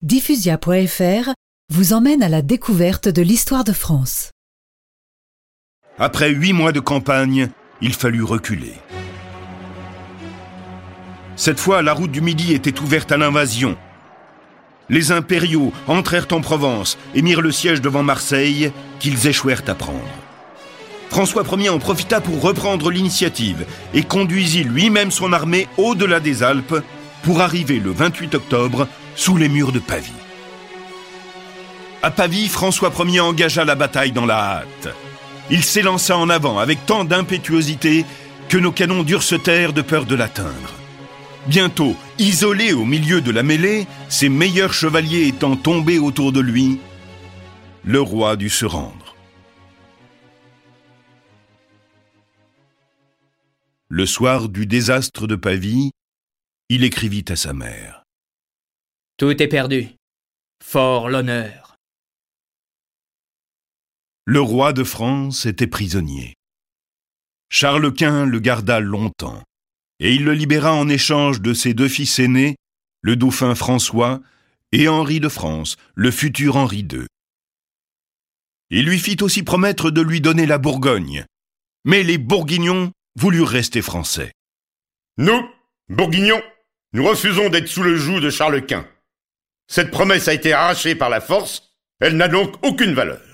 Diffusia.fr vous emmène à la découverte de l'histoire de France. Après 8 mois de campagne, il fallut reculer. Cette fois, la route du Midi était ouverte à l'invasion. Les impériaux entrèrent en Provence et mirent le siège devant Marseille, qu'ils échouèrent à prendre. François Ier en profita pour reprendre l'initiative et conduisit lui-même son armée au-delà des Alpes pour arriver le 28 octobre sous les murs de Pavie. À Pavie, François Ier engagea la bataille dans la hâte. Il s'élança en avant avec tant d'impétuosité que nos canons durent se taire de peur de l'atteindre. Bientôt, isolé au milieu de la mêlée, ses meilleurs chevaliers étant tombés autour de lui, le roi dut se rendre. Le soir du désastre de Pavie, il écrivit à sa mère. « Tout est perdu. Fort l'honneur. » Le roi de France était prisonnier. Charles Quint le garda longtemps, et il le libéra en échange de ses 2 fils aînés, le dauphin François et Henri de France, le futur Henri II. Il lui fit aussi promettre de lui donner la Bourgogne, mais les Bourguignons voulurent rester français. Nous, Bourguignons, nous refusons d'être sous le joug de Charles Quint. Cette promesse a été arrachée par la force, elle n'a donc aucune valeur.